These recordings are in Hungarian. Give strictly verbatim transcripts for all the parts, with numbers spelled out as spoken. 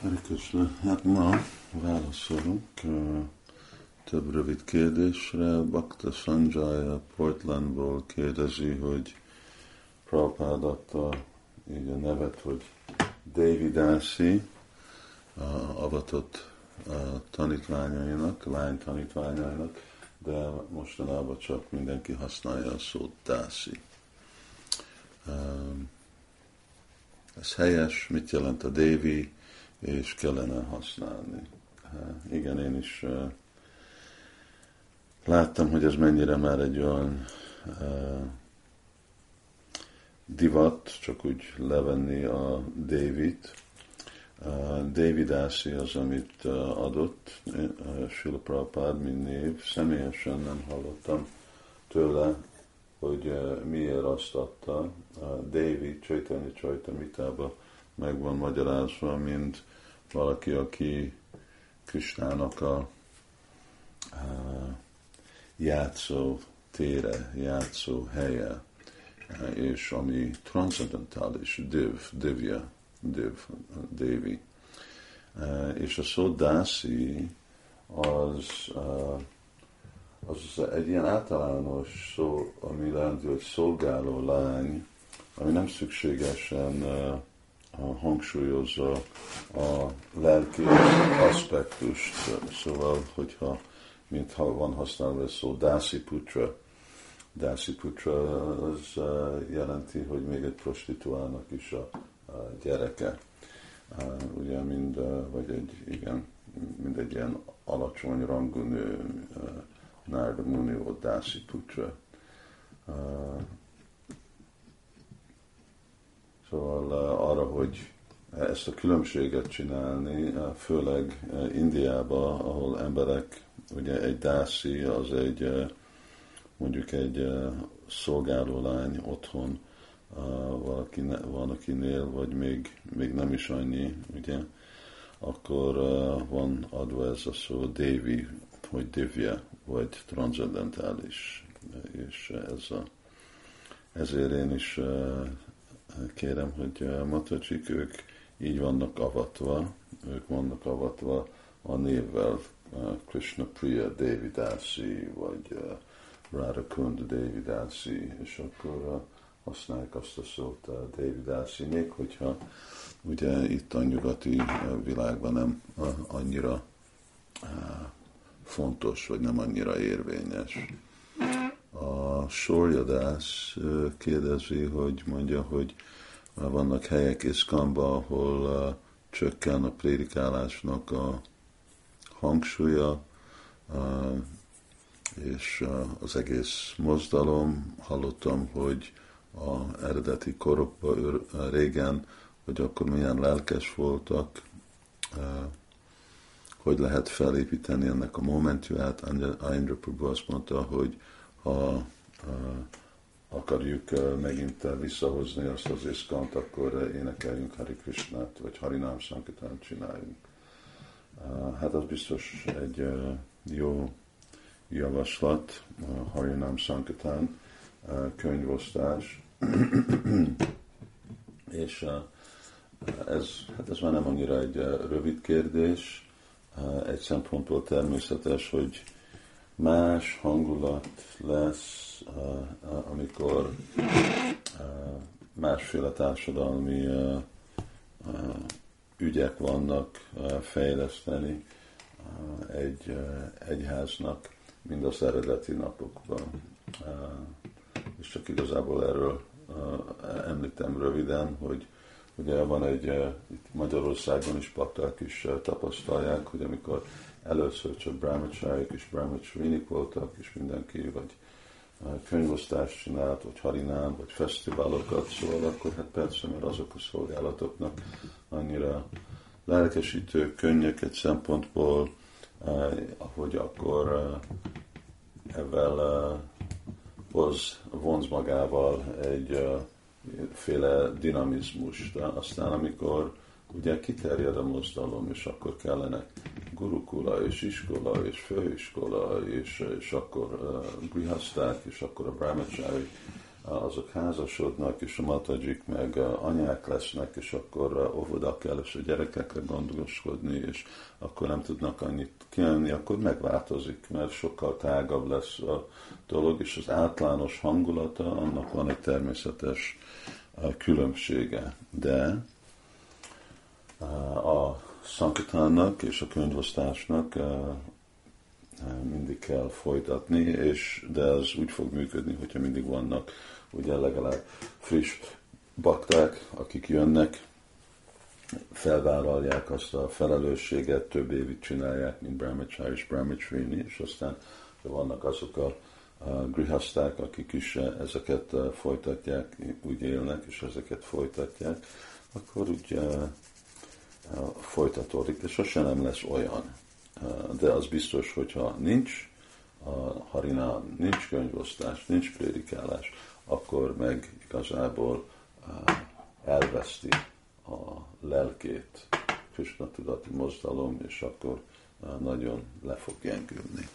Hare Krishna. Hát ma válaszolunk uh, több rövid kérdésre. Bhakta Sanjaya Portlandból kérdezi, hogy Prabhupád adta így a nevet, hogy Devidasi, uh, avatott uh, tanítványainak, lány tanítványainak, de mostanában csak mindenki használja a szót Dasi. Um, ez helyes, mit jelent a Devi, és kellene használni. Uh, igen, én is uh, láttam, hogy ez mennyire már egy olyan uh, divat, csak úgy levenni a Dévit. Uh, Devidasi az, amit uh, adott uh, Srila Prabhupád, mint név. Személyesen nem hallottam tőle, hogy uh, miért azt adta. Uh, Devi Chaitanya Charitamritaban meg van magyarázva, mint valaki, aki Krisnának a, a játszó tére, játszó helye, és ami transzendentális, div, divya, div, Devi. És a szó Dasi az, az egy ilyen általános szó, ami jelenti, hogy szolgáló lány, ami nem szükségesen hangsúlyozza a lelki aspektust, szóval, hogyha mintha van használva a szó Dasi Putra. Dasi Putra az jelenti, hogy még egy prostituálnak is a, a gyereke. Ugye mind, vagy egy, igen, mind egy ilyen alacsony rangú nő, Narada Muni volt Dasi Putra. Szóval arra, hogy ezt a különbséget csinálni, főleg Indiában, ahol emberek, ugye egy dászi, az egy mondjuk egy szolgálólány otthon, valaki, van akinél, vagy még, még nem is annyi, ugye, akkor van adva ez a szó Devi, hogy Divya, vagy transzendentális, és ez a, ezért én is kérem, hogy Matacsik, ők így vannak avatva, ők vannak avatva a névvel Krishna Priya Devidasi, vagy Radha Kunda Devidasi, és akkor használják azt a szót Devidasi, még hogyha ugye itt a nyugati világban nem annyira fontos, vagy nem annyira érvényes. A Sorjadás kérdezi, hogy mondja, hogy vannak helyek Iszkánban, ahol uh, csökken a prédikálásnak a hangsúlya, uh, és uh, az egész mozdalom, hallottam, hogy az eredeti korokban uh, régen, hogy akkor milyen lelkes voltak, uh, hogy lehet felépíteni ennek a momentumát. Aindra Prabhu azt mondta, hogy ha uh, akarjuk uh, megint uh, visszahozni azt az iszkant, akkor uh, énekeljünk Hari Krishnát, vagy Harinám Sankirtánt csináljunk. Uh, hát az biztos egy uh, jó javaslat, uh, Harinám Sankirtán, uh, könyvosztás, és uh, ez, hát ez már nem annyira egy uh, rövid kérdés, uh, egy szempontból természetes, hogy más hangulat lesz, amikor másféle társadalmi ügyek vannak fejleszteni egy egyháznak, mind az eredeti napokban. És csak igazából erről említem röviden, hogy ugye van egy, itt Magyarországon is bakták is tapasztalják, hogy amikor először csak brahmacsárik és brahmacsarinik voltak, és mindenki vagy könyvosztást csinált, vagy harinám, vagy fesztiválokat, szóval akkor hát persze, mert azok a szolgálatoknak annyira lelkesítő, könnyek egy szempontból, eh, hogy akkor eh, ezzel eh, hoz, vonz magával egy eh, féle dinamizmus. De aztán amikor ugye kiterjed a mozdalom, és akkor kellene gurukula, és iskola, és főiskola, és, és akkor uh, grihaszták, és akkor a brahmacsári azok házasodnak, és a matajik meg anyák lesznek, és akkor óvoda kell, és a gyerekekre gondoskodni, és akkor nem tudnak annyit kijönni, akkor megváltozik, mert sokkal tágabb lesz a dolog, és az általános hangulata, annak van egy természetes különbsége. De a szankatánnak és a könyvosztásnak mindig kell folytatni, és, de ez úgy fog működni, hogyha mindig vannak ugye legalább friss bakták, akik jönnek, felvállalják azt a felelősséget, több évig csinálják, mint Brahmachari és Brahmachrini, és aztán vannak azok a, a grihaszták, akik is ezeket folytatják, úgy élnek, és ezeket folytatják, akkor úgy folytatódik, és sose nem lesz olyan. De az biztos, hogyha nincs a harinám, nincs könyvosztás, nincs prédikálás, akkor meg igazából elveszti a lelkét, Krishna tudati mozdalom, és akkor nagyon le fog gyengülni.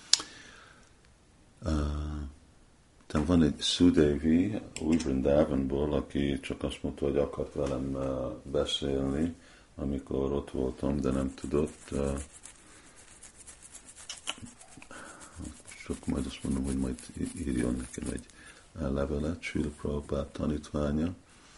Tehát van egy Sudevi új Vrindavanból, aki csak azt mondta, hogy akart velem beszélni, amikor ott voltam, de nem tudott. Csak majd azt mondom, hogy majd írjon nekem egy levelet, Srila Prabhupád tanítványa.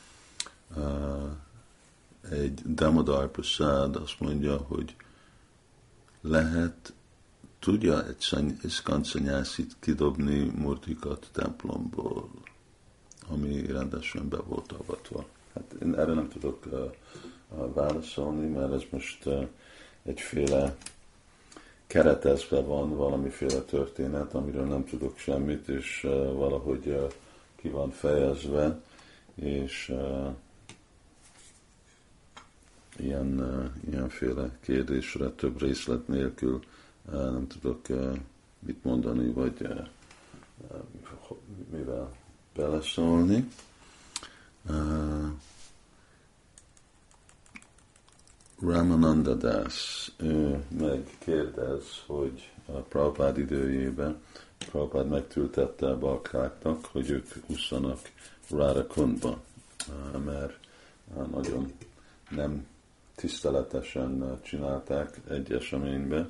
Egy Damodar Prasad azt mondja, hogy lehet, tudja egy iszkán szanyászit kidobni murtikat templomból, ami rendesen be volt avatva. Hát én erre nem tudok válaszolni, mert ez most egyféle keretezve van valamiféle történet, amiről nem tudok semmit, és valahogy ki van fejezve, és ilyen, ilyenféle kérdésre több részlet nélkül nem tudok mit mondani, vagy mivel beleszólni. Ramananda Das, ő megkérdez, hogy a Prabhupád időjében Prabhupád megtültette a baktáknak, hogy ők ússzanak Radhakundba, mert nagyon nem tiszteletesen csinálták egy eseménybe.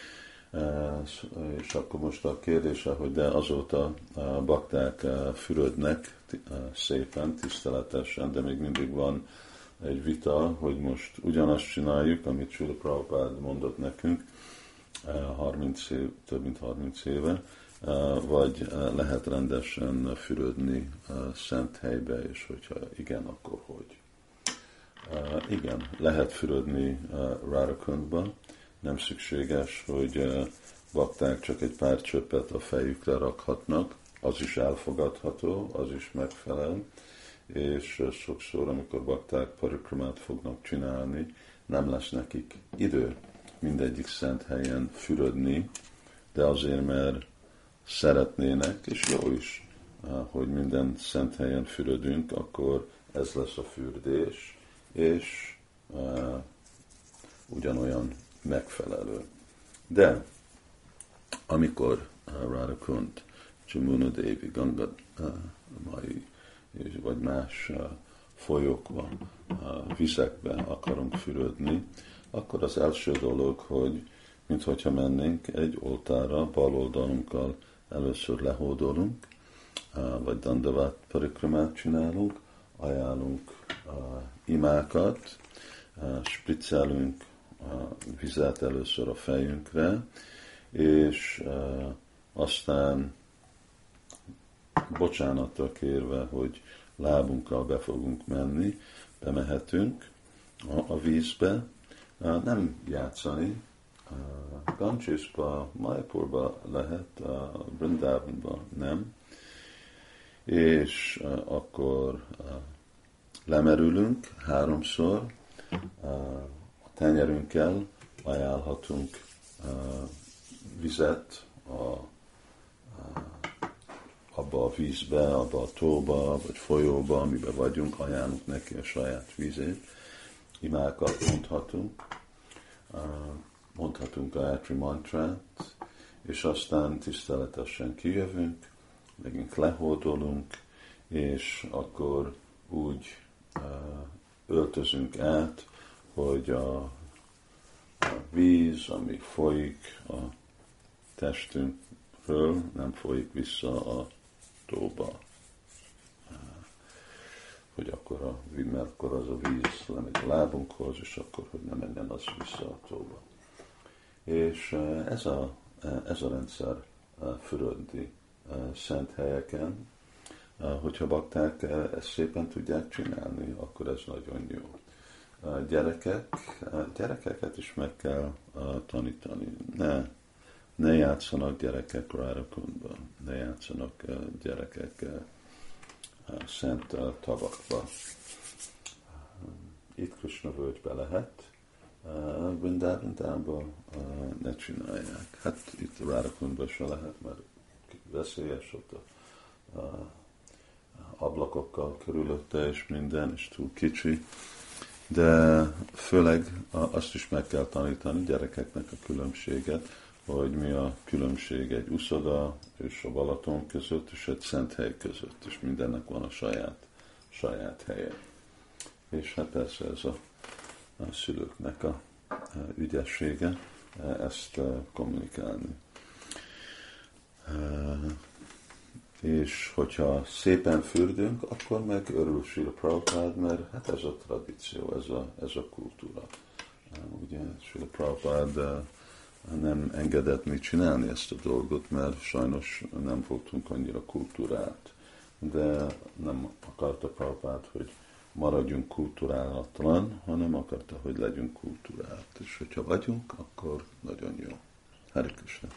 És akkor most a kérdése, hogy de azóta a bakták fürödnek szépen, tiszteletesen, de még mindig van egy vita, hogy most ugyanazt csináljuk, amit Srila Prabhupád mondott nekünk harminc év, több mint harminc éve, vagy lehet rendesen fürödni szent helybe, és hogyha igen, akkor hogy? Igen, lehet fürödni Radhakundba, nem szükséges, hogy bakták csak egy pár csöppet a fejükre rakhatnak, az is elfogadható, az is megfelel, és sokszor, amikor bakták parikramát fognak csinálni, nem lesz nekik idő mindegyik szent helyen fürödni, de azért, mert szeretnének, és jó is, hogy minden szent helyen fürödünk, akkor ez lesz a fürdés, és uh, ugyanolyan megfelelő. De amikor uh, Radhakund, Jamuna Devi, Ganga uh, mai, vagy más uh, folyókban, uh, vizekben akarunk fürödni, akkor az első dolog, hogy minthogyha mennénk egy oltára, bal oldalunkkal először lehódolunk, uh, vagy dandavat parikramát csinálunk, ajánlunk uh, imákat, uh, spriccelünk uh, vizet először a fejünkre, és uh, aztán bocsánattal kérve, hogy lábunkkal be fogunk menni, bemehetünk a, a vízbe, uh, nem játszani, uh, Gancsisba, Mayapurba lehet, uh, Vrindavanba nem, és uh, akkor uh, lemerülünk háromszor, a tenyerünkkel ajánlhatunk vizet a, abba a vízbe, abba a tóba, vagy folyóba, amiben vagyunk, ajánlunk neki a saját vízét, imákat mondhatunk, mondhatunk a Gayatri mantrát, és aztán tiszteletesen kijövünk, megint lehódolunk, és akkor úgy öltözünk át, hogy a, a víz, ami folyik a testünkről, nem folyik vissza a tóba. Hogy akkor a víz, mert akkor az a víz lemegy a lábunkhoz, és akkor, hogy ne menjen az vissza a tóba. És ez a, ez a rendszer fürödi szent helyeken. Hogyha bakták ezt szépen tudják csinálni, akkor ez nagyon jó. Gyerekek, gyerekeket is meg kell tanítani. Ne, ne játszanak gyerekek Radhakundban, ne játszanak gyerekek szent tavakba. Itt Krishna völgybe lehet, Vrindávandánban ne csinálják. Hát itt Radhakundban se lehet, mert veszélyes ott a, a ablakokkal körülötte, és minden, és túl kicsi. De főleg azt is meg kell tanítani gyerekeknek a különbséget, hogy mi a különbség egy uszoda és a Balaton között, és egy szent hely között, és mindennek van a saját, saját helye. És hát persze ez a, a szülőknek a, a ügyessége ezt kommunikálni. És hogyha szépen fürdünk, akkor meg örül Srila Prabhupád, mert hát ez a tradíció, ez a, ez a kultúra. Ugye Srila Prabhupád nem engedett mi csinálni ezt a dolgot, mert sajnos nem voltunk annyira kultúrált. De nem akarta Prabhupád, hogy maradjunk kulturálatlan, hanem akarta, hogy legyünk kulturált. És hogyha vagyunk, akkor nagyon jó. Hare Krishna.